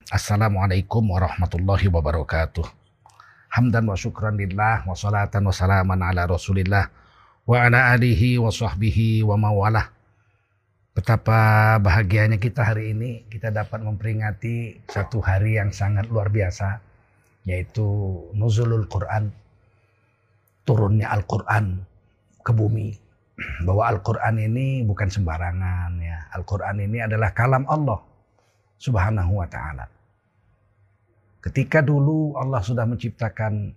Assalamualaikum warahmatullahi wabarakatuh. Hamdan wa syukran lillah wa salatan wa salaman ala rasulillah wa ala alihi wa sahbihi wa mawalah. Betapa bahagianya kita hari ini, kita dapat memperingati satu hari yang sangat luar biasa, yaitu nuzulul Quran, turunnya Al-Quran ke bumi. Bahwa Al-Quran ini bukan sembarangan, ya. Al-Quran ini adalah kalam Allah Subhanahu wa ta'ala. Ketika dulu Allah sudah menciptakan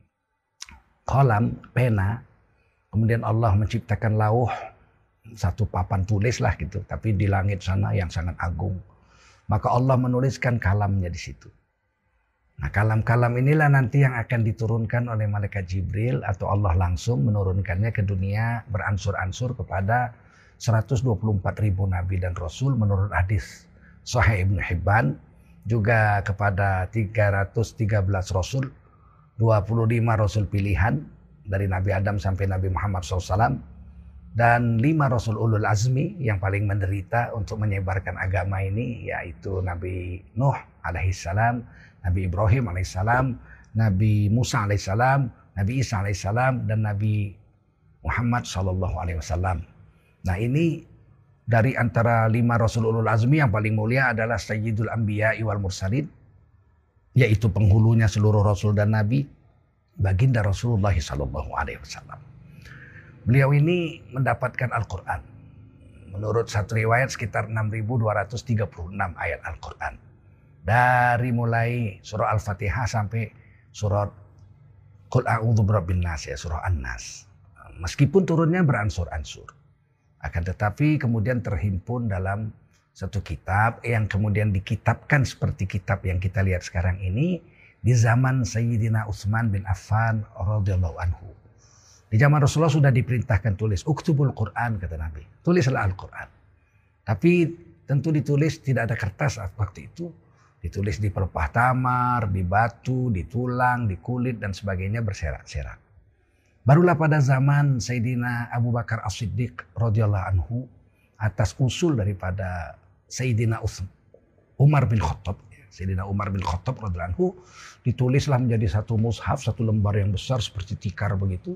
qalam, pena, kemudian Allah menciptakan lauh, satu papan tulis lah gitu, tapi di langit sana yang sangat agung. Maka Allah menuliskan kalamnya di situ. Nah, kalam-kalam inilah nanti yang akan diturunkan oleh malaikat Jibril atau Allah langsung menurunkannya ke dunia beransur-ansur kepada 124.000 nabi dan rasul menurut hadis Sahih Ibnu Hibban, juga kepada 313 rasul, 25 rasul pilihan dari Nabi Adam sampai Nabi Muhammad SAW, dan 5 rasul ulul azmi yang paling menderita untuk menyebarkan agama ini, yaitu Nabi Nuh alaihissalam, Nabi Ibrahim alaihissalam, Nabi Musa alaihissalam, Nabi Isa alaihissalam, dan Nabi Muhammad SAW. Nah, ini dari antara 5 rasul ulul azmi yang paling mulia adalah Sayyidul Anbiya wal Mursalin, yaitu penghulunya seluruh rasul dan nabi, baginda Rasulullah SAW. Beliau ini mendapatkan Al-Quran. Menurut satu riwayat sekitar 6.236 ayat Al-Quran. Dari mulai surah Al-Fatihah sampai surah Qul a'udzu birabbin nas, ya, surah An-Nas. Meskipun turunnya beransur-ansur, akan tetapi kemudian terhimpun dalam satu kitab yang kemudian dikitabkan seperti kitab yang kita lihat sekarang ini di zaman Sayyidina Utsman bin Affan radhiyallahu anhu. Di zaman Rasulullah sudah diperintahkan tulis, uktubul Quran, kata Nabi, tulislah Al-Quran. Tapi tentu ditulis tidak ada kertas waktu itu, ditulis di pelepah tamar, di batu, di tulang, di kulit dan sebagainya, berserak-serak. Barulah pada zaman Sayyidina Abu Bakar As-Siddiq radhiyallahu anhu, atas usul daripada Sayyidina Umar bin Khattab, Sayyidina Umar bin Khattab radhiyallahu anhu, ditulislah menjadi satu mushaf, satu lembar yang besar seperti tikar begitu.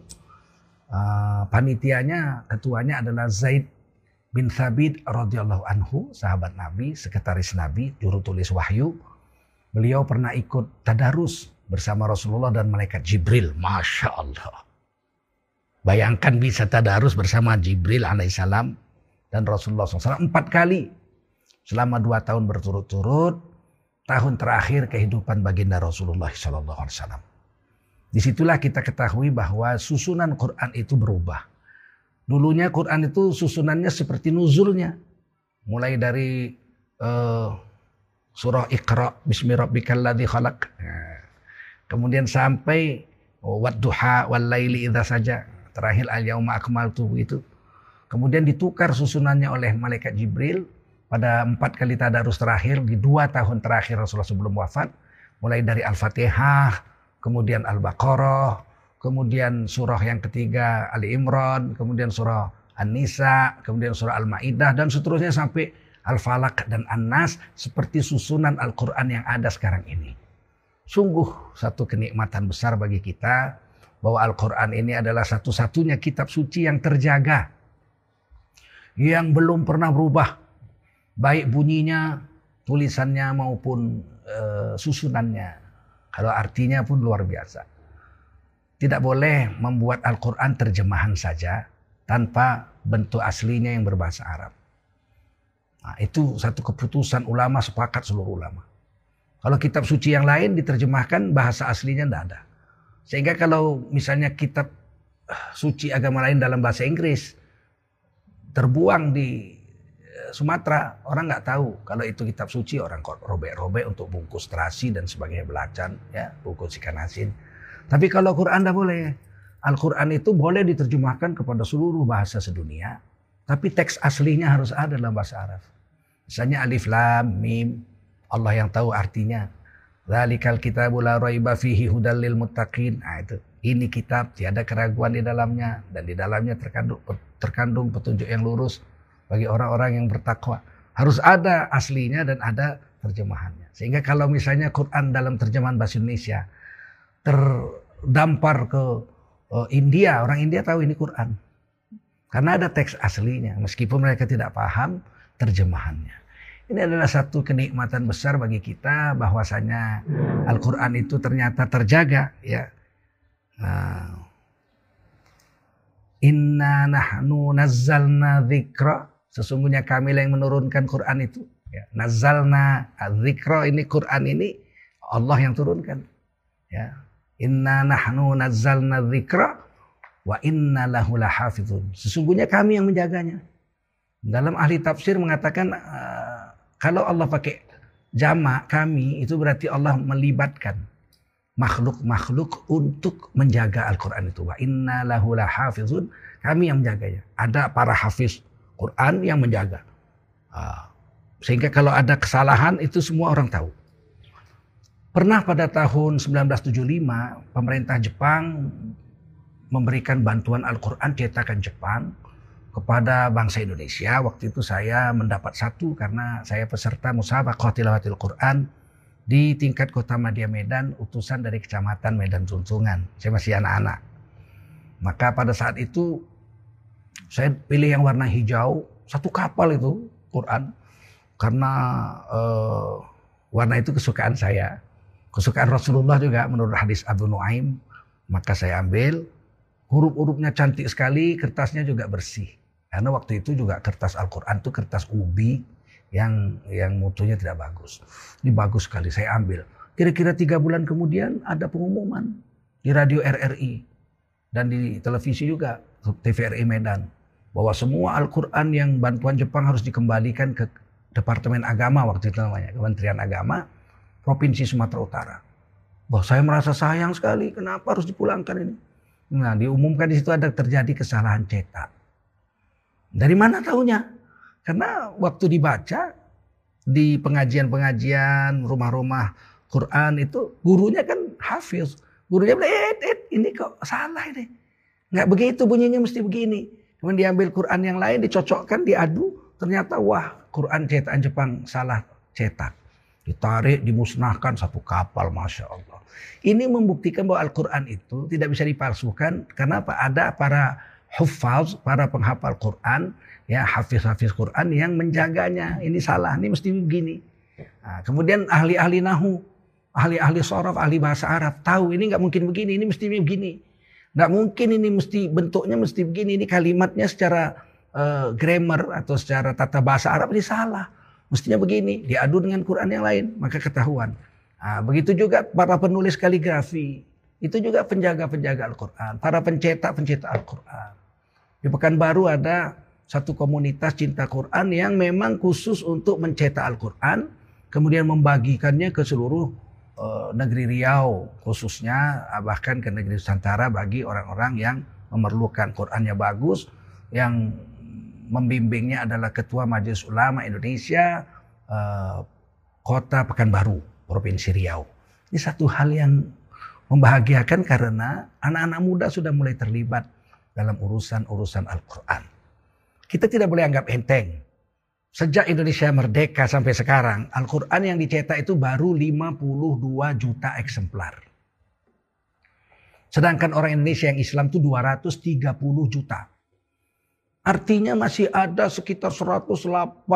Panitianya, ketuanya adalah Zaid bin Thabit radhiyallahu anhu, sahabat Nabi, sekretaris Nabi, juru tulis wahyu. Beliau pernah ikut tadarus bersama Rasulullah dan malaikat Jibril. Masya Allah. Bayangkan bisa tadarus bersama Jibril alaihissalam dan Rasulullah SAW 4 kali selama 2 tahun berturut-turut, tahun terakhir kehidupan baginda Rasulullah SAW. Disitulah kita ketahui bahwa susunan Quran itu berubah. Dulunya Quran itu susunannya seperti nuzulnya, mulai dari surah Iqra bismi rabbikal ladzi khalaq, kemudian sampai wadduha wal laili idza saja, terakhir al-yauma akmaltu itu. Kemudian ditukar susunannya oleh malaikat Jibril pada 4 kali tadarus terakhir di 2 tahun terakhir Rasulullah sebelum wafat, mulai dari Al-Fatihah, kemudian Al-Baqarah, kemudian surah yang ketiga Ali Imran, kemudian surah An-Nisa, kemudian surah Al-Maidah, dan seterusnya sampai Al-Falaq dan An-Nas, seperti susunan Al-Quran yang ada sekarang ini. Sungguh satu kenikmatan besar bagi kita bahwa Al-Quran ini adalah satu-satunya kitab suci yang terjaga, yang belum pernah berubah, baik bunyinya, tulisannya maupun susunannya. Kalau artinya pun luar biasa. Tidak boleh membuat Al-Quran terjemahan saja tanpa bentuk aslinya yang berbahasa Arab. Nah, itu satu keputusan ulama, sepakat seluruh ulama. Kalau kitab suci yang lain diterjemahkan bahasa aslinya tidak ada. Sehingga kalau misalnya kitab suci agama lain dalam bahasa Inggris terbuang di Sumatera, orang nggak tahu kalau itu kitab suci, orang kok robek-robek untuk bungkus terasi dan sebagainya, belacan, ya, bungkus ikan asin. Tapi kalau Quran tidak boleh. Al-Quran itu boleh diterjemahkan kepada seluruh bahasa sedunia, tapi teks aslinya harus ada dalam bahasa Arab. Misalnya alif lam mim, Allah yang tahu artinya. Dzalikal kitabu la raiba fihi hudal lil muttaqin. Nah, itu. Ini kitab tiada keraguan di dalamnya, dan di dalamnya terkandung petunjuk yang lurus bagi orang-orang yang bertakwa. Harus ada aslinya dan ada terjemahannya. Sehingga kalau misalnya Quran dalam terjemahan bahasa Indonesia terdampar ke India, orang India tahu ini Quran. Karena ada teks aslinya, meskipun mereka tidak paham terjemahannya. Ini adalah satu kenikmatan besar bagi kita bahwasanya Al-Quran itu ternyata terjaga, ya. Nah, inna nahnu nazzalna dzikra, sesungguhnya kami yang menurunkan Quran itu. Ya, nazzalna dzikra, ini Quran ini Allah yang turunkan. Ya, inna nahnu nazzalna dzikra wa inna lahu lahafizun. Sesungguhnya kami yang menjaganya. Dalam ahli tafsir mengatakan kalau Allah pakai jamak kami, itu berarti Allah melibatkan makhluk-makhluk untuk menjaga Al-Quran itu. Wa inna lahu lahafizun, kami yang menjaganya. Ada para hafiz Quran yang menjaga. Sehingga kalau ada kesalahan itu semua orang tahu. Pernah pada tahun 1975 pemerintah Jepang memberikan bantuan Al-Quran cetakan Jepang kepada bangsa Indonesia. Waktu itu saya mendapat satu karena saya peserta musabaqah tilawatil Quran di tingkat Kota Madya Medan, utusan dari Kecamatan Medan Tuntungan. Saya masih anak-anak. Maka pada saat itu saya pilih yang warna hijau, satu kapal itu Quran, karena warna itu kesukaan saya, kesukaan Rasulullah juga menurut hadis Abu Nuaim. Maka saya ambil, huruf-hurufnya cantik sekali, kertasnya juga bersih. Karena waktu itu juga kertas Al-Quran itu kertas ubi yang mutunya tidak bagus. Ini bagus sekali, saya ambil. Kira-kira 3 bulan kemudian ada pengumuman di radio RRI dan di televisi juga, TVRI Medan, bahwa semua Al-Quran yang bantuan Jepang harus dikembalikan ke Departemen Agama, waktu itu namanya Kementerian Agama Provinsi Sumatera Utara. Bahwa saya merasa sayang sekali, kenapa harus dipulangkan ini? Nah, diumumkan di situ ada terjadi kesalahan cetak. Dari mana tahunya? Karena waktu dibaca di pengajian-pengajian rumah-rumah Quran itu gurunya kan hafiz. Gurunya bilang, ini kok salah ini. Nggak begitu bunyinya, mesti begini. Kemudian diambil Quran yang lain, dicocokkan, diadu. Ternyata wah, Quran cetakan Jepang salah cetak. Ditarik, dimusnahkan satu kapal, Masya Allah. Ini membuktikan bahwa Al-Quran itu tidak bisa dipalsukan. Karena apa? Ada para huffaz, para penghafal Quran, ya hafiz-hafiz Quran yang menjaganya. Ini salah, ini mesti begini. Nah, kemudian ahli-ahli nahu, ahli-ahli sorof, ahli bahasa Arab tahu ini nggak mungkin begini, ini mesti begini. Nggak mungkin ini mesti bentuknya mesti begini, ini kalimatnya secara grammar atau secara tata bahasa Arab ini salah. Mestinya begini, diadu dengan Quran yang lain, maka ketahuan. Nah, begitu juga para penulis kaligrafi, itu juga penjaga-penjaga Al-Quran, para pencetak-pencetak Al-Quran. Di Pekanbaru ada satu komunitas cinta Quran yang memang khusus untuk mencetak Al-Quran, kemudian membagikannya ke seluruh negeri Riau, khususnya bahkan ke negeri Nusantara bagi orang-orang yang memerlukan. Qurannya bagus, yang membimbingnya adalah Ketua Majelis Ulama Indonesia Kota Pekanbaru, Provinsi Riau. Ini satu hal yang membahagiakan karena anak-anak muda sudah mulai terlibat dalam urusan-urusan Al-Quran. Kita tidak boleh anggap enteng. Sejak Indonesia merdeka sampai sekarang, Al-Quran yang dicetak itu baru 52 juta eksemplar. Sedangkan orang Indonesia yang Islam itu 230 juta. Artinya masih ada sekitar 180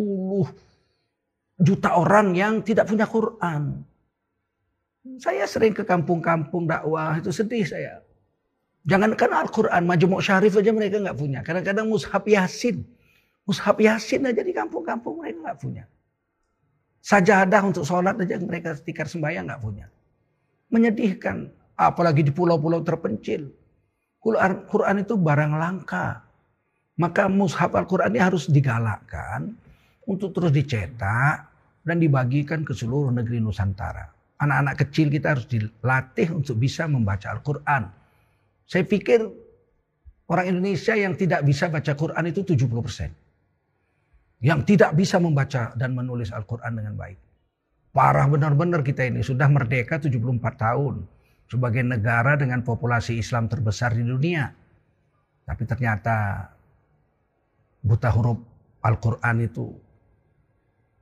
juta orang yang tidak punya Quran. Saya sering ke kampung-kampung dakwah, itu sedih saya. Jangankan Al-Quran, Majmu' Syarif aja mereka nggak punya. Kadang-kadang mushaf Yasin. Mushaf Yasin aja di kampung-kampung mereka nggak punya. Sajadah untuk sholat aja mereka tikar sembahyang nggak punya. Menyedihkan, apalagi di pulau-pulau terpencil. Quran itu barang langka. Maka mushaf Al-Quran ini harus digalakkan untuk terus dicetak dan dibagikan ke seluruh negeri Nusantara. Anak-anak kecil kita harus dilatih untuk bisa membaca Al-Quran. Saya pikir orang Indonesia yang tidak bisa baca Quran itu 70%. Yang tidak bisa membaca dan menulis Al-Quran dengan baik. Parah benar-benar kita ini. Sudah merdeka 74 tahun. Sebagai negara dengan populasi Islam terbesar di dunia. Tapi ternyata buta huruf Al-Quran itu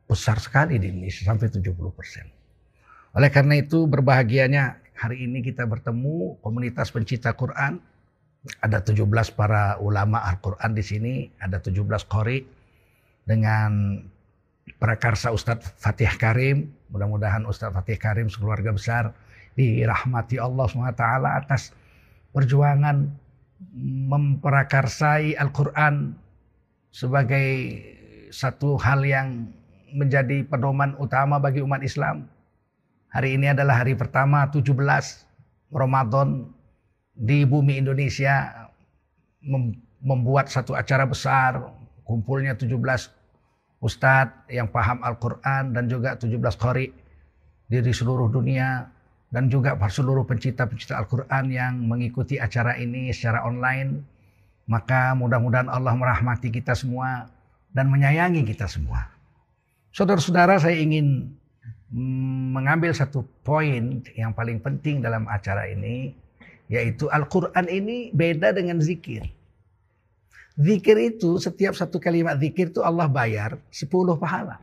besar sekali di Indonesia sampai 70%. Oleh karena itu berbahagianya hari ini kita bertemu komunitas pencinta Quran. Ada 17 para ulama Al-Quran di sini, ada 17 qori dengan prakarsa Ustadz Fatih Karim. Mudah-mudahan Ustadz Fatih Karim sekeluarga besar dirahmati Allah SWT atas perjuangan memprakarsai Al-Quran sebagai satu hal yang menjadi pedoman utama bagi umat Islam. Hari ini adalah hari pertama 17 Ramadan di bumi Indonesia membuat satu acara besar, kumpulnya 17 ustadz yang paham Al-Quran dan juga 17 qori dari seluruh dunia dan juga seluruh pencinta-pencinta Al-Quran yang mengikuti acara ini secara online. Maka mudah-mudahan Allah merahmati kita semua dan menyayangi kita semua. Saudara-saudara, saya ingin mengambil satu poin yang paling penting dalam acara ini, yaitu Al-Quran ini beda dengan zikir. Zikir itu setiap satu kalimat zikir itu Allah bayar 10 pahala.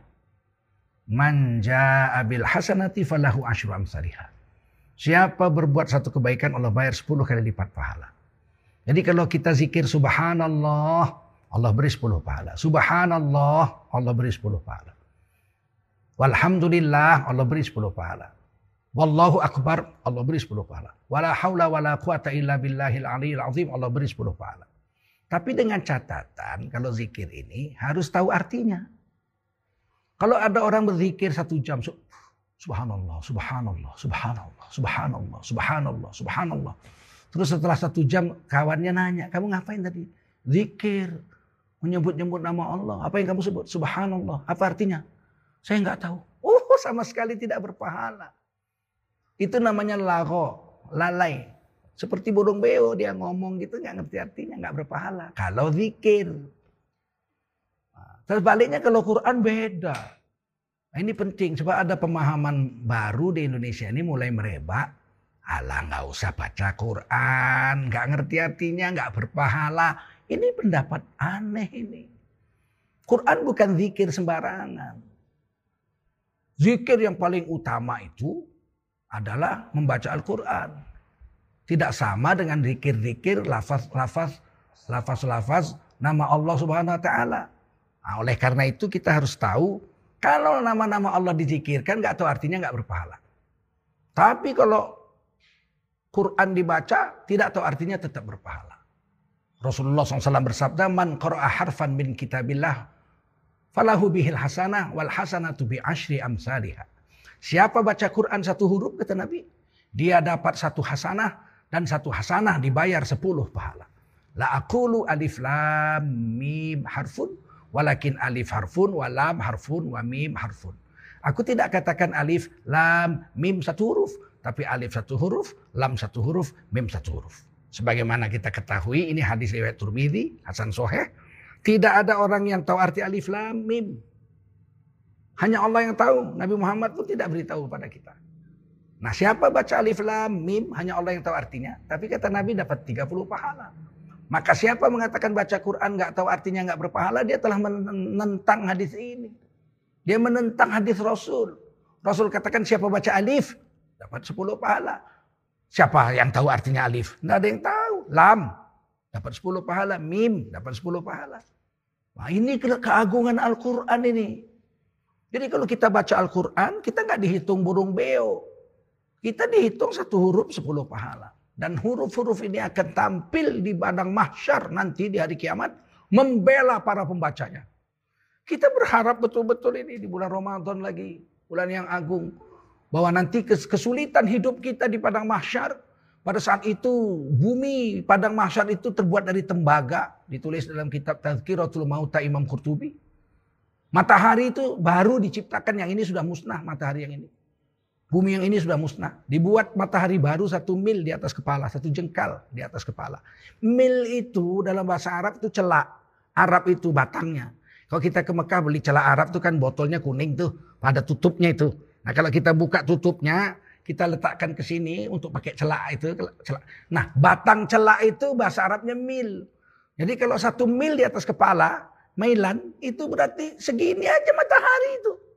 Man jaa'a bil hasanati falahu asyru amsalihha. Siapa berbuat satu kebaikan Allah bayar 10 kali lipat pahala. Jadi kalau kita zikir subhanallah, Allah beri 10 pahala. Subhanallah, Allah beri 10 pahala. Walhamdulillah, Allah beri 10 pahala. Wallahu akbar, Allah beri 10 pahala. Wala haula wala quwata illa billahil aliyil azim, Allah beri 10 pahala. Tapi dengan catatan kalau zikir ini harus tahu artinya. Kalau ada orang berzikir 1 jam, subhanallah, subhanallah, subhanallah, subhanallah, subhanallah, subhanallah. Terus setelah 1 jam kawannya nanya, kamu ngapain tadi? Zikir, menyebut-nyebut nama Allah. Apa yang kamu sebut? Subhanallah. Apa artinya? Saya nggak tahu. Oh, sama sekali tidak berpahala. Itu namanya lago, lalai. Seperti burung beo, dia ngomong gitu nggak ngerti artinya, nggak berpahala. Kalau zikir. Terbaliknya kalau Quran beda. Nah, ini penting, sebab ada pemahaman baru di Indonesia ini mulai merebak. Alah, nggak usah baca Quran, nggak ngerti artinya, nggak berpahala. Ini pendapat aneh ini. Quran bukan zikir sembarangan. Zikir yang paling utama itu adalah membaca Al-Quran. Tidak sama dengan zikir-zikir, lafaz nama Allah Subhanahu wa Ta'ala. Nah, oleh karena itu kita harus tahu kalau nama-nama Allah dizikirkan nggak tahu artinya nggak berpahala. Tapi kalau Quran dibaca tidak tahu artinya tetap berpahala. Rasulullah SAW bersabda, man qara'a harfan min kitabillah falahu bihil hasanah wal hasanatu bi asyri amsalihha. Siapa baca Quran 1 huruf kata Nabi, dia dapat 1 hasanah dan 1 hasanah dibayar 10 pahala. La aqulu alif lam mim harfun walakin alif harfun wa lam harfun wa mim harfun. Aku tidak katakan alif lam mim 1 huruf, tapi alif 1 huruf, lam 1 huruf, mim 1 huruf. Sebagaimana kita ketahui ini hadis riwayat Tirmidzi, hasan sahih. Tidak ada orang yang tahu arti alif lam mim. Hanya Allah yang tahu. Nabi Muhammad pun tidak beritahu kepada kita. Nah, siapa baca alif lam mim hanya Allah yang tahu artinya. Tapi kata Nabi dapat 30 pahala. Maka siapa mengatakan baca Quran nggak tahu artinya nggak berpahala, dia telah menentang hadis ini. Dia menentang hadis Rasul. Rasul katakan siapa baca alif dapat 10 pahala. Siapa yang tahu artinya alif? Nggak ada yang tahu. Lam dapat 10 pahala, mim dapat 10 pahala. Nah, ini keagungan Al-Quran ini. Jadi kalau kita baca Al-Quran, kita nggak dihitung burung beo. Kita dihitung 1 huruf 10 pahala. Dan huruf-huruf ini akan tampil di padang mahsyar nanti di hari kiamat. Membela para pembacanya. Kita berharap betul-betul ini di bulan Ramadan lagi. Bulan yang agung. Bahwa nanti kesulitan hidup kita di padang mahsyar. Pada saat itu bumi padang mahsyar itu terbuat dari tembaga. Ditulis dalam kitab Tazkiratul Mauta Imam Qurtubi. Matahari itu baru diciptakan, yang ini sudah musnah matahari yang ini. Bumi yang ini sudah musnah. Dibuat matahari baru 1 mil di atas kepala, 1 jengkal di atas kepala. Mil itu dalam bahasa Arab itu celak. Arab itu batangnya. Kalau kita ke Mekah beli celak Arab itu kan botolnya kuning tuh. Pada tutupnya itu. Nah kalau kita buka tutupnya, kita letakkan ke sini untuk pakai celak itu. Celak. Nah batang celak itu bahasa Arabnya mil. Jadi kalau 1 mil di atas kepala, mailan itu berarti segini aja matahari itu.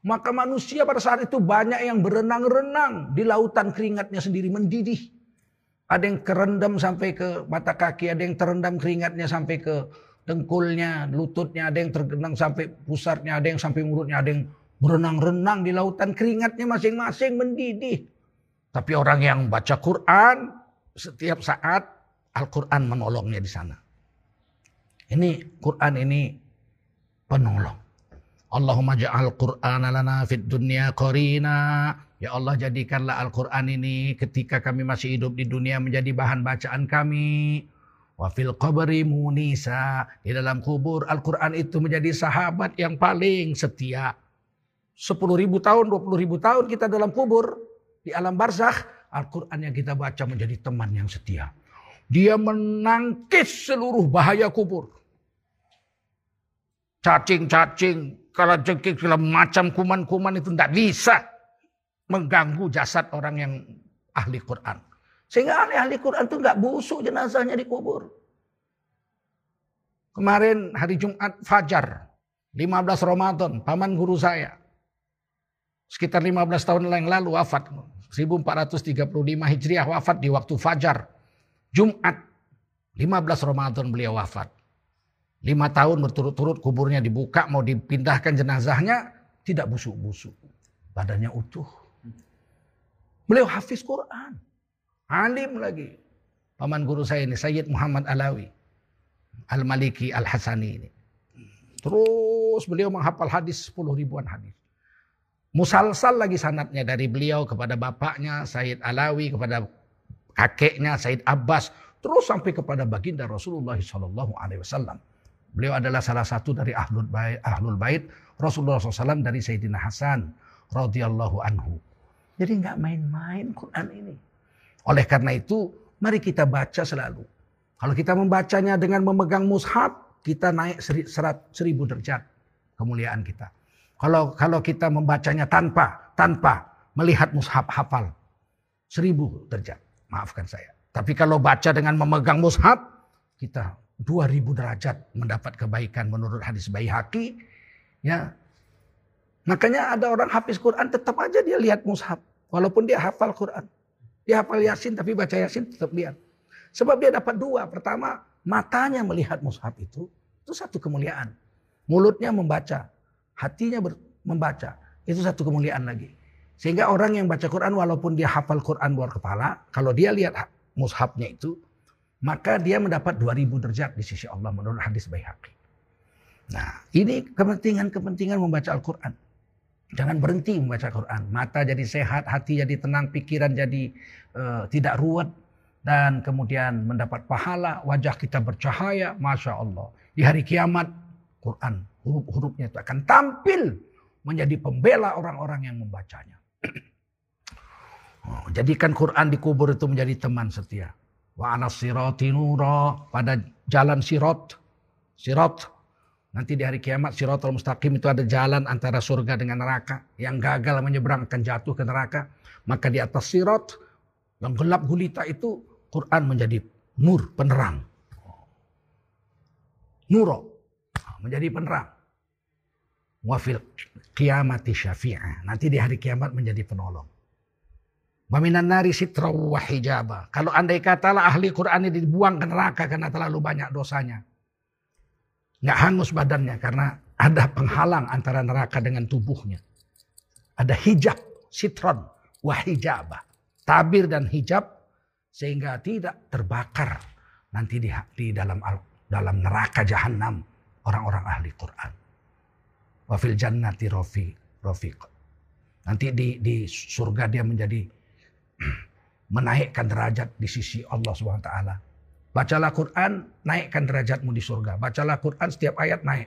Maka manusia pada saat itu banyak yang berenang-renang di lautan keringatnya sendiri mendidih. Ada yang kerendam sampai ke mata kaki, ada yang terendam keringatnya sampai ke dengkulnya, lututnya, ada yang tergenang sampai pusarnya, ada yang sampai mulutnya, ada yang berenang-renang di lautan keringatnya masing-masing mendidih. Tapi orang yang baca Quran setiap saat Al-Quran menolongnya di sana. Ini Quran ini penolong. Allahumma ja'al Qur'ana lana fid dunya qarina. Ya Allah, jadikanlah Al-Quran ini ketika kami masih hidup di dunia menjadi bahan bacaan kami. Wa fil qabri munisa. Di dalam kubur Al-Quran itu menjadi sahabat yang paling setia. 10.000 tahun, 20.000 tahun kita dalam kubur. Di alam barzakh, Al-Quran yang kita baca menjadi teman yang setia. Dia menangkis seluruh bahaya kubur. Cacing-cacing, kalajengking, segala macam kuman-kuman itu tidak bisa mengganggu jasad orang yang ahli Quran. Sehingga ahli Quran itu nggak busuk jenazahnya di kubur. Kemarin hari Jumat Fajar, 15 Ramadan, paman guru saya. Sekitar 15 tahun yang lalu wafat. 1435 Hijriah wafat di waktu Fajar. Jumat, 15 Ramadan beliau wafat. 5 tahun berturut-turut kuburnya dibuka, mau dipindahkan jenazahnya, tidak busuk-busuk. Badannya utuh. Beliau hafiz Quran. Alim lagi. Paman guru saya ini, Sayyid Muhammad Alawi. Al-Maliki Al-Hasani ini. Terus beliau menghafal hadis 10 ribuan hadis. Musalsal lagi sanadnya dari beliau kepada bapaknya, Sayyid Alawi, kepada kakeknya, Sayyid Abbas. Terus sampai kepada baginda Rasulullah SAW. Beliau adalah salah satu dari ahlul bait Rasulullah SAW dari Sayyidina Hasan radhiyallahu anhu. Jadi nggak main-main Quran ini. Oleh karena itu, mari kita baca selalu. Kalau kita membacanya dengan memegang mushaf, kita naik 1000 derajat kemuliaan kita. Kalau kita membacanya tanpa melihat mushaf, hafal 1000 derajat. Maafkan saya. Tapi kalau baca dengan memegang mushaf, kita 2000 derajat mendapat kebaikan menurut hadis Baihaqi. Ya. Makanya ada orang hafiz Quran tetap aja dia lihat mushaf. Walaupun dia hafal Quran. Dia hafal Yasin tapi baca Yasin tetap lihat. Sebab dia dapat 2. Pertama, matanya melihat mushaf itu satu kemuliaan. Mulutnya membaca. Hatinya membaca. Itu satu kemuliaan lagi. Sehingga orang yang baca Quran walaupun dia hafal Quran luar kepala. Kalau dia lihat mushafnya itu, maka dia mendapat 2000 derajat di sisi Allah menurut hadis Baihaqi. Nah, ini kepentingan membaca Al-Quran. Jangan berhenti membaca Quran. Mata jadi sehat, hati jadi tenang, pikiran jadi tidak ruwet. Dan kemudian mendapat pahala, wajah kita bercahaya. Masya Allah. Di hari kiamat, Quran, huruf-hurufnya itu akan tampil menjadi pembela orang-orang yang membacanya. Jadikan Quran di kubur itu menjadi teman setia. Wa 'alas sirati nura, pada jalan sirat. Nanti di hari kiamat Siratul Mustaqim itu ada jalan antara surga dengan neraka. Yang gagal menyeberang akan jatuh ke neraka. Maka di atas sirat yang gelap gulita itu Quran menjadi nur, penerang. Nuro, menjadi penerang. Wa fil qiyamati syafi'ah. Nanti di hari kiamat menjadi penolong. Wa minan nari sitra wa hijaba. Kalau andai katalah ahli Quran ini dibuang ke neraka karena terlalu banyak dosanya. Nggak hangus badannya karena ada penghalang antara neraka dengan tubuhnya. Ada hijab, sitron, wa hijaba. Tabir dan hijab sehingga tidak terbakar nanti di dalam neraka jahanam orang-orang ahli Quran. Wa fil jannati rafiq. Nanti di surga dia menjadi menaikkan derajat di sisi Allah SWT. Bacalah Quran, naikkan derajatmu di surga. Bacalah Quran, setiap ayat naik.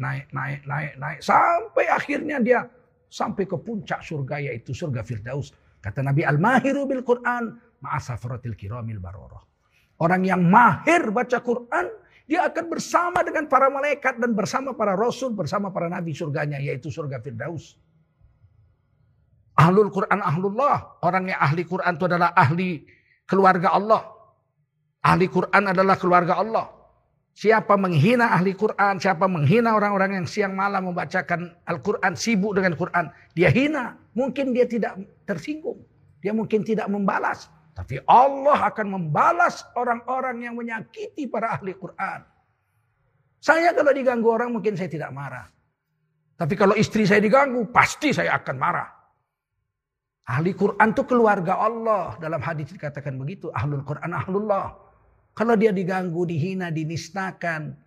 Sampai akhirnya dia sampai ke puncak surga, yaitu surga Firdaus. Kata Nabi, al-mahiru bil Quran ma'asafratil kiramil baroroh. Orang yang mahir baca Quran, dia akan bersama dengan para malaikat dan bersama para rasul, bersama para nabi surganya, yaitu surga Firdaus. Ahlul Quran ahlullah. Orang yang ahli Quran itu adalah ahli keluarga Allah. Ahli Quran adalah keluarga Allah. siapa menghina ahli Quran, siapa menghina orang-orang yang siang malam membacakan Al-Quran, sibuk dengan Quran, dia hina. Mungkin dia tidak tersinggung, dia mungkin tidak membalas. Tapi Allah akan membalas orang-orang yang menyakiti para ahli Quran. Saya kalau diganggu orang mungkin saya tidak marah. Tapi kalau istri saya diganggu, pasti saya akan marah. Ahli Quran itu keluarga Allah. Dalam hadis dikatakan begitu, ahlul Quran ahlullah. Kalau dia diganggu, dihina, dinistakan,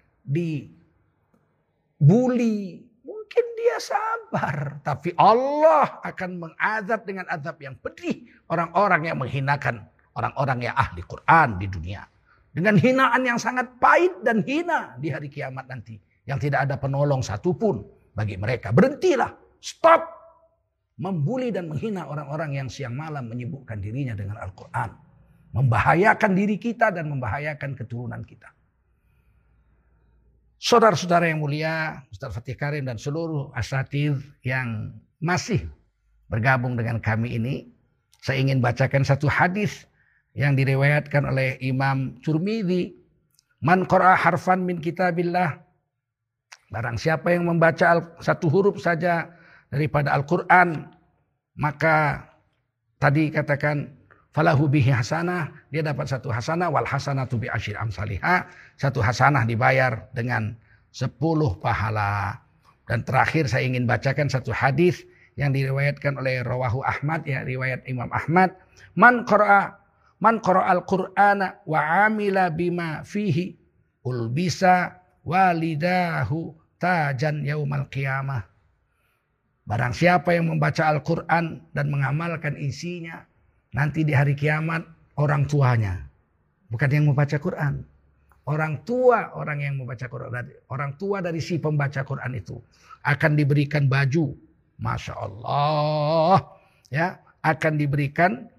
dibully, mungkin dia sabar. Tapi Allah akan mengazab dengan azab yang pedih orang-orang yang menghinakan orang-orang yang ahli Quran di dunia. Dengan hinaan yang sangat pahit dan hina di hari kiamat nanti. Yang tidak ada penolong satupun bagi mereka. Berhentilah, stop membuli dan menghina orang-orang yang siang malam menyibukkan dirinya dengan Al-Quran. Membahayakan diri kita dan membahayakan keturunan kita. Saudara-saudara yang mulia, Ustaz Fatih Karim dan seluruh asatidz yang masih bergabung dengan kami ini, saya ingin bacakan satu hadis yang diriwayatkan oleh Imam Tirmidzi. Man qara'a harfan min kitabillah, barang siapa yang membaca satu huruf saja daripada Al-Quran, maka tadi katakan falahu bihi hasanah, dia dapat satu hasanah, wal hasanatu bi asyri amsalihha, satu hasanah dibayar dengan 10 pahala. Dan terakhir saya ingin bacakan satu hadis yang diriwayatkan oleh Rawahu Ahmad, ya, riwayat Imam Ahmad. Man qara'a al-Qur'ana wa amila bima fihi ulbisa walidahu tajan yaumal qiyamah. Barang siapa yang membaca Al-Quran dan mengamalkan isinya, nanti di hari kiamat orang tuanya, bukan yang membaca Quran, orang tua orang yang membaca Quran, orang tua dari si pembaca Quran itu akan diberikan baju, masya Allah, ya, akan diberikan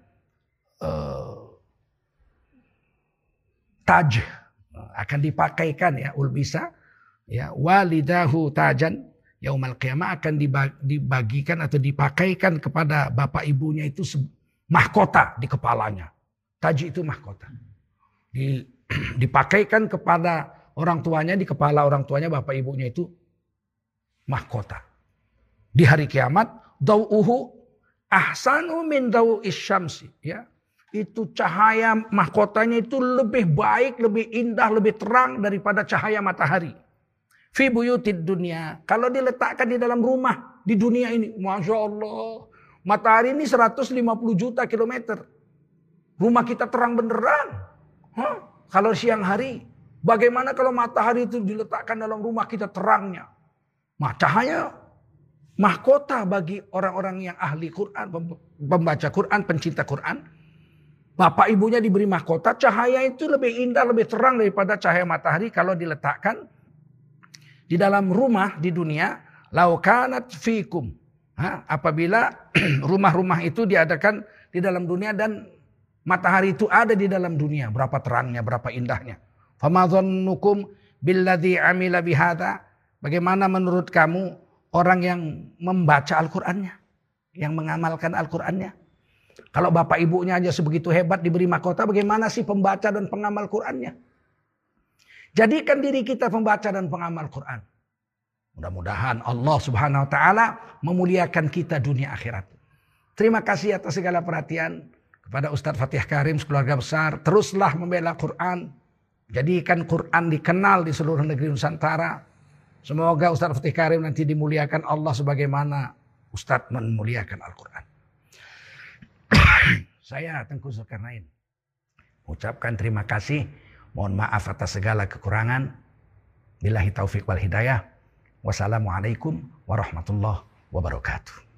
taj, akan dipakaikan, ya, ulbisa, ya, walidahu tajan yaumal qiyamah, akan dibagikan atau dipakaikan kepada bapak ibunya itu mahkota di kepalanya. Taji itu mahkota. Dipakaikan kepada orang tuanya, di kepala orang tuanya, bapak ibunya itu mahkota. Di hari kiamat, dau'uhu ahsanu min dau'is syamsi, ya. Itu cahaya mahkotanya itu lebih baik, lebih indah, lebih terang daripada cahaya matahari. Fi buyutid dunya, kalau diletakkan di dalam rumah di dunia ini, masya Allah, matahari ini 150 juta kilometer. Rumah kita terang beneran. Kalau siang hari, bagaimana kalau matahari itu diletakkan dalam rumah kita terangnya? Cahaya mahkota bagi orang-orang yang ahli Quran, pembaca Quran, pencinta Quran. Bapak ibunya diberi mahkota, cahaya itu lebih indah, lebih terang daripada cahaya matahari kalau diletakkan di dalam rumah di dunia. Lau kanat fikum, apabila rumah-rumah itu diadakan di dalam dunia dan matahari itu ada di dalam dunia, berapa terangnya, berapa indahnya. Famadhannukum billadzi amila bihadza, bagaimana menurut kamu orang yang membaca Al-Qur'annya, yang mengamalkan Al-Qur'annya? Kalau bapak ibunya aja sebegitu hebat diberi mahkota, bagaimana sih pembaca dan pengamal Qur'annya? Jadikan diri kita pembaca dan pengamal Qur'an. Mudah-mudahan Allah Subhanahu wa taala memuliakan kita dunia akhirat. Terima kasih atas segala perhatian kepada Ustaz Fatih Karim sekeluarga besar. Teruslah membela Quran. Jadikan Quran dikenal di seluruh negeri Nusantara. Semoga Ustaz Fatih Karim nanti dimuliakan Allah sebagaimana Ustaz memuliakan Al-Quran. Saya Tengku Zulkarnain ucapkan terima kasih. Mohon maaf atas segala kekurangan. Billahi taufiq wal hidayah. Wassalamualaikum warahmatullahi wabarakatuh.